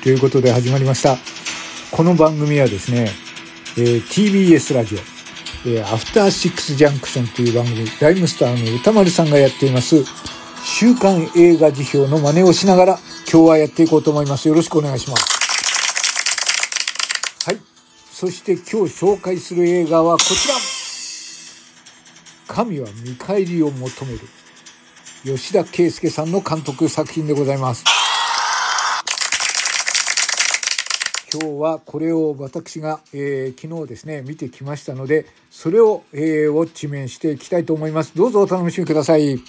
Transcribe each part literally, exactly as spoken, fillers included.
ということで始まりました。この番組はですね、えー、ティービーエス ラジオ、えー、アフターシックスジャンクションという番組、ライムスターの歌丸さんがやっています週刊映画辞表の真似をしながら今日はやっていこうと思います。よろしくお願いします。はい。そして今日紹介する映画はこちら。神は見返りを求める。吉田圭佑さんの監督作品でございます。今日はこれを私が、えー、昨日ですね見てきましたので、それを、えー、ウォッチメンしていきたいと思います。どうぞお楽しみください。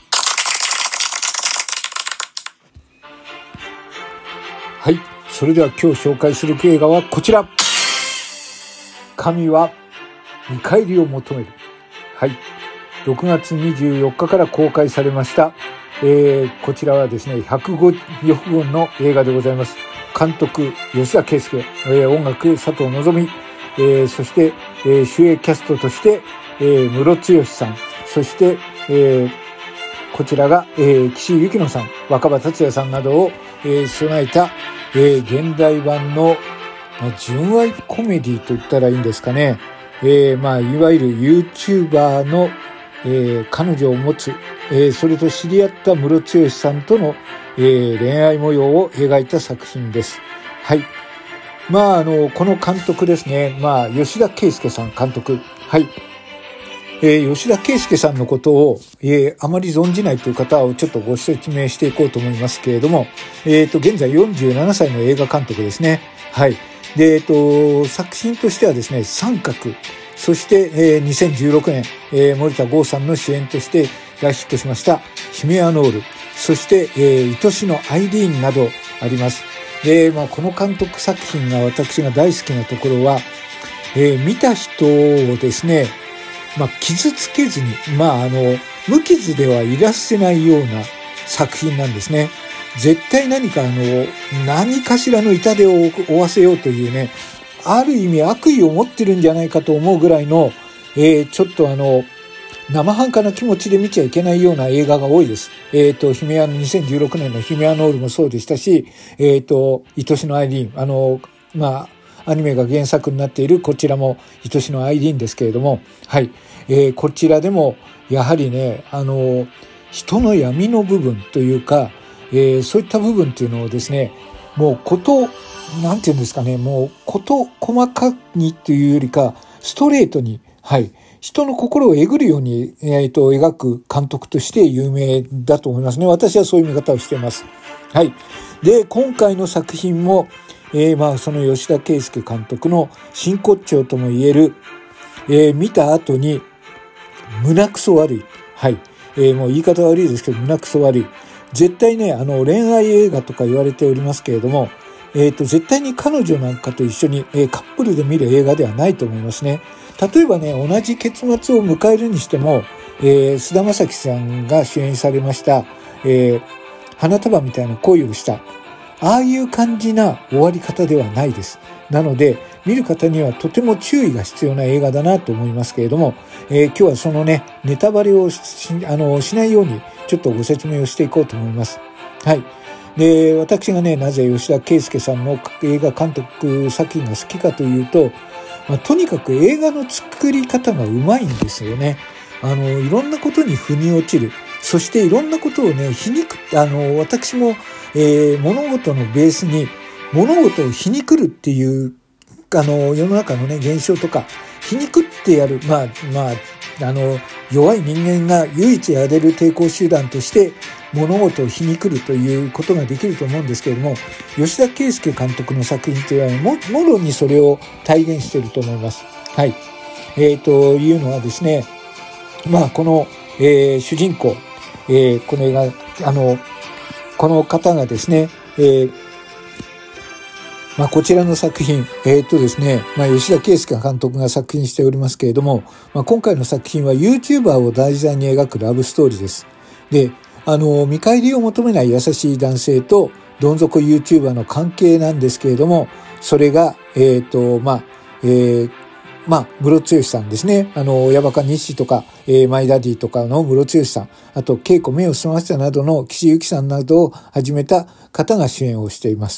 はい、それでは今日紹介する映画はこちら。神は見返りを求める。はい、ろくがつにじゅうよっかから公開されました。えー、こちらはですねひゃくごじゅっぷんの映画でございます。監督吉田圭佑、えー、音楽佐藤希、えー、そして、えー、主演キャストとして、えー、ムロツヨシさん、そして、えー、こちらが、えー、岸井ゆきのさん、若葉達也さんなどを、えー、備えた、えー、現代版の、まあ、純愛コメディと言ったらいいんですかね。えー、まあいわゆる YouTuber の、えー、彼女を持つ、えー、それと知り合ったムロツヨシさんとのえー、恋愛模様を描いた作品です。はい。まあ、あの、この監督ですね。まあ、吉田圭佑さん監督。はい。えー、吉田圭佑さんのことを、えー、あまり存じないという方をちょっとご説明していこうと思いますけれども、えっと、現在よんじゅうななさいの映画監督ですね。はい。で、えっと、作品としてはですね、三角。そして、えー、にせんじゅうろくねん、えー、森田剛さんの主演として大ヒットしました、ヒメアノール。そして、えー、愛しのアイリーンなどあります。で、まあ、この監督作品が私が大好きなところは、えー、見た人をですね、まあ、傷つけずに、まあ、あの、無傷ではいらせないような作品なんですね。絶対何かあの、何かしらの痛手を負わせようというね、ある意味悪意を持ってるんじゃないかと思うぐらいの、えー、ちょっとあの、生半可な気持ちで見ちゃいけないような映画が多いです。えっと、ヒメアのにせんじゅうろくねんのヒメアノールもそうでしたし、えっと、愛しのアイリーン、あの、まあ、アニメが原作になっているこちらも愛しのアイリーンですけれども、はい、えー、こちらでもやはりね、あの、人の闇の部分というか、えー、そういった部分っていうのをですね、もうこと、なんていうんですかね、もうこと細かにというよりか、ストレートに、はい、人の心をえぐるように、えー、と描く監督として有名だと思いますね。私はそういう見方をしています。はい。で、今回の作品も、えー、まあその吉田圭佑監督の真骨頂とも言える、えー、見た後に胸くそ悪い。はい。えー、もう言い方悪いですけど胸くそ悪い。絶対ね、あの恋愛映画とか言われておりますけれども、えっと絶対に彼女なんかと一緒に、えー、カップルで見る映画ではないと思いますね。例えばね、同じ結末を迎えるにしても、えー、菅田将暉さんが主演されました、えー、花束みたいな恋をした。ああいう感じな終わり方ではないです。なので、見る方にはとても注意が必要な映画だなと思いますけれども、えー、今日はそのね、ネタバレを し, あのしないようにちょっとご説明をしていこうと思います。はい。で、私がね、なぜ吉田圭佑さんの映画監督作品が好きかというと、まあ、とにかく映画の作り方がうまいんですよね。あの、いろんなことに腑に落ちる。そしていろんなことをね、皮肉、あの、私も、えー、物事のベースに物事を皮肉るっていう、あの、世の中のね、現象とか、皮肉ってやる。まあ、まあ、あの、弱い人間が唯一やれる抵抗手段として、物事を皮肉るということができると思うんですけれども、吉田圭佑監督の作品というのはも、もろにそれを体現していると思います。はい。えー、というのはですね、まあ、この、えー、主人公、えー、この映画、あの、この方がですね、えー、まあ、こちらの作品、えー、とですね、まあ、吉田圭佑監督が作品しておりますけれども、まあ、今回の作品は YouTuber を題材に描くラブストーリーです。で、あの、見返りを求めない優しい男性と、どん底 YouTuber の関係なんですけれども、それが、えっと、まあ、えー、まあ、ムロツヨシさんですね。あの、親バカ日誌とか、えー、マイダディとかのムロツヨシさん、あと、稽古目を澄ませたなどの岸井ゆきさんなどを始めた方が主演をしています。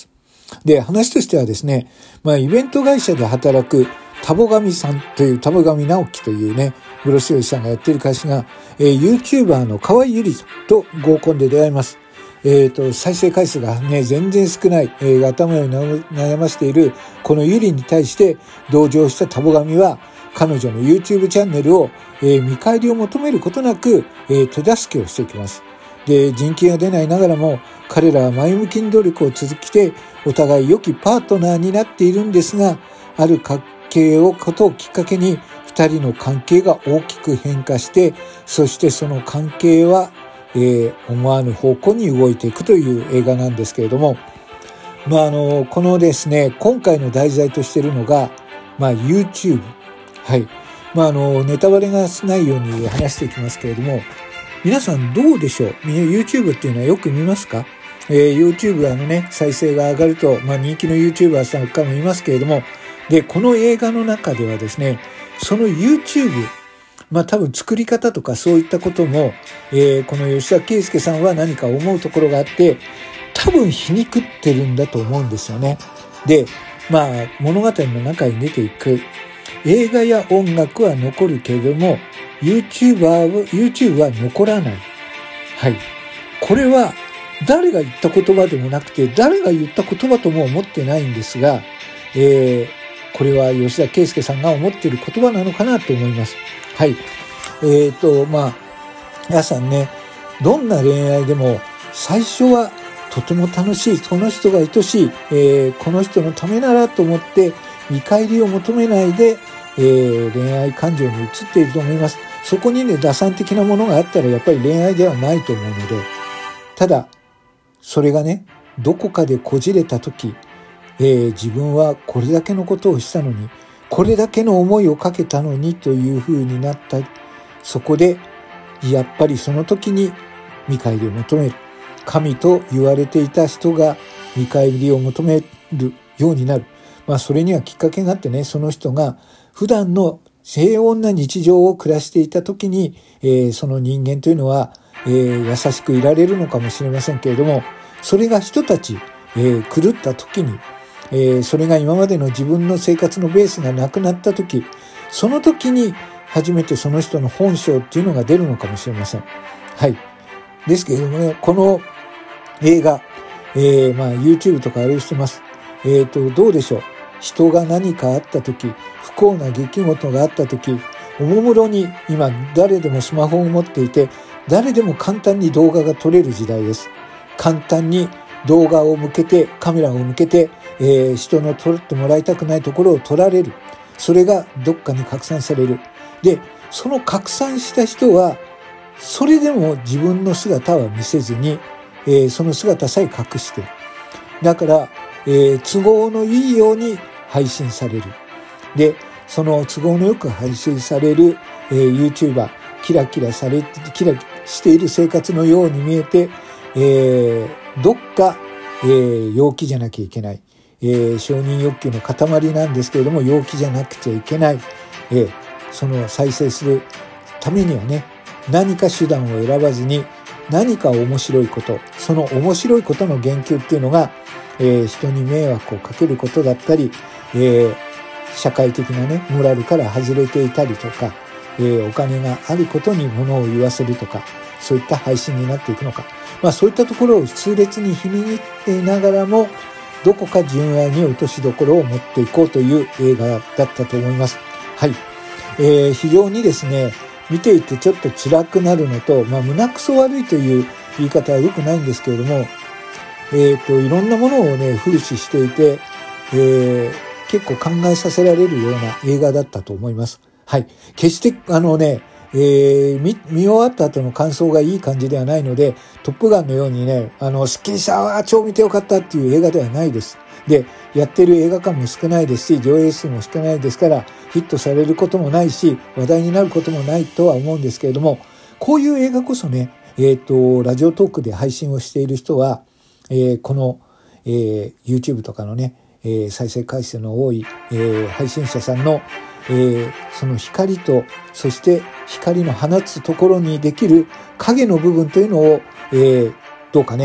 で、話としてはですね、まあ、イベント会社で働く田母神さんという、田母神直樹というね、室伏さんがやっている会社が、えー、YouTuber の河合ゆりと合コンで出会います。えっと、再生回数がね、全然少ない、えー、頭を悩ましているこのゆりに対して同情した田母神は、彼女の YouTube チャンネルを、えー、見返りを求めることなく、えー、手助けをしていきます。で、人気が出ないながらも、彼らは前向きに努力を続けて、お互い良きパートナーになっているんですが、ある関係をことをきっかけに、二人の関係が大きく変化して、そしてその関係は、えー、思わぬ方向に動いていくという映画なんですけれども、まあ、あの、このですね、今回の題材としているのが、まあ、YouTube。はい。まあ、あの、ネタバレがないように話していきますけれども、皆さんどうでしょう？ YouTube っていうのはよく見ますか？えー、YouTube あのね、再生が上がると、まあ、人気の YouTuber さんかもいますけれども、で、この映画の中ではですね、その YouTube、まあ多分作り方とかそういったことも、えー、この吉田圭佑さんは何か思うところがあって、多分皮肉ってるんだと思うんですよね。で、まあ物語の中に出ていく映画や音楽は残るけれども、YouTuber は、YouTube は残らない。はい。これは誰が言った言葉でもなくて、誰が言った言葉とも思ってないんですが、えー、これは吉田圭佑さんが思っている言葉なのかなと思います。はい。えっと、まあ、皆さんね、どんな恋愛でも最初はとても楽しい、この人が愛しい、えー、この人のためならと思って見返りを求めないで、えー、恋愛感情に移っていると思います。そこにね、打算的なものがあったらやっぱり恋愛ではないと思うので、ただ、それがね、どこかでこじれたとき、えー、自分はこれだけのことをしたのに、これだけの思いをかけたのにという風になったり、そこでやっぱりその時に見返りを求める。神と言われていた人が見返りを求めるようになる。まあそれにはきっかけがあってね、その人が普段の平穏な日常を暮らしていた時に、えー、その人間というのは、えー、優しくいられるのかもしれませんけれども、それがひとたち、えー、狂った時に、えー、それが今までの自分の生活のベースがなくなった時、その時に初めてその人の本性っていうのが出るのかもしれません。はい。ですけれどもね、この映画、えー、まあ YouTube とかあれしてます。えっと、どうでしょう。人が何かあった時、不幸な出来事があった時、おもむろに今誰でもスマホを持っていて、誰でも簡単に動画が撮れる時代です。簡単に動画を向けて、カメラを向けて、えー、人の撮ってもらいたくないところを撮られる。それがどっかに拡散される。で、その拡散した人は、それでも自分の姿は見せずに、えー、その姿さえ隠して。だから、えー、都合のいいように配信される。で、その都合のよく配信される、えー、YouTuber、キラキラされて、キラしている生活のように見えて、えー、どっか、えー、陽気じゃなきゃいけない。えー、承認欲求の塊なんですけれども、陽気じゃなくちゃいけない。えー、その再生するためにはね、何か手段を選ばずに、何か面白いこと、その面白いことの言及っていうのが、えー、人に迷惑をかけることだったり、えー、社会的なね、モラルから外れていたりとか、えー、お金があることに物を言わせるとか、そういった配信になっていくのか。まあそういったところを痛烈に皮肉っていながらも、どこか純愛に落としどころを持っていこうという映画だったと思います。はい。えー、非常にですね、見ていてちょっと辛くなるのと、まあ胸くそ悪いという言い方は良くないんですけれども、えっと、いろんなものをね、風刺していて、えー、結構考えさせられるような映画だったと思います。はい。決して、あのね、えー、見、見終わった後の感想がいい感じではないので、トップガンのようにね、あの、スッキリしたわ、超見てよかったっていう映画ではないです。で、やってる映画館も少ないですし、上映数も少ないですから、ヒットされることもないし、話題になることもないとは思うんですけれども、こういう映画こそね、えっと、ラジオトークで配信をしている人は、えー、この、えー、YouTube とかのね、えー、再生回数の多い、えー、配信者さんの、えー、その光と、そして光の放つところにできる影の部分というのを、えー、どうかね、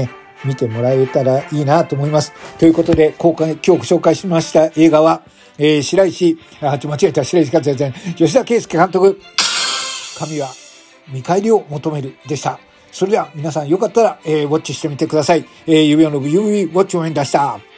見てもらえたらいいなと思います。ということで、今回、今日紹介しました映画は、えー、白石、あ、ちょ、間違えた、白石勝也じゃない、吉田圭佑監督、神は見返りを求めるでした。それでは皆さんよかったら、えー、ウォッチしてみてください。えー、指輪の指ウォッチ応援でした。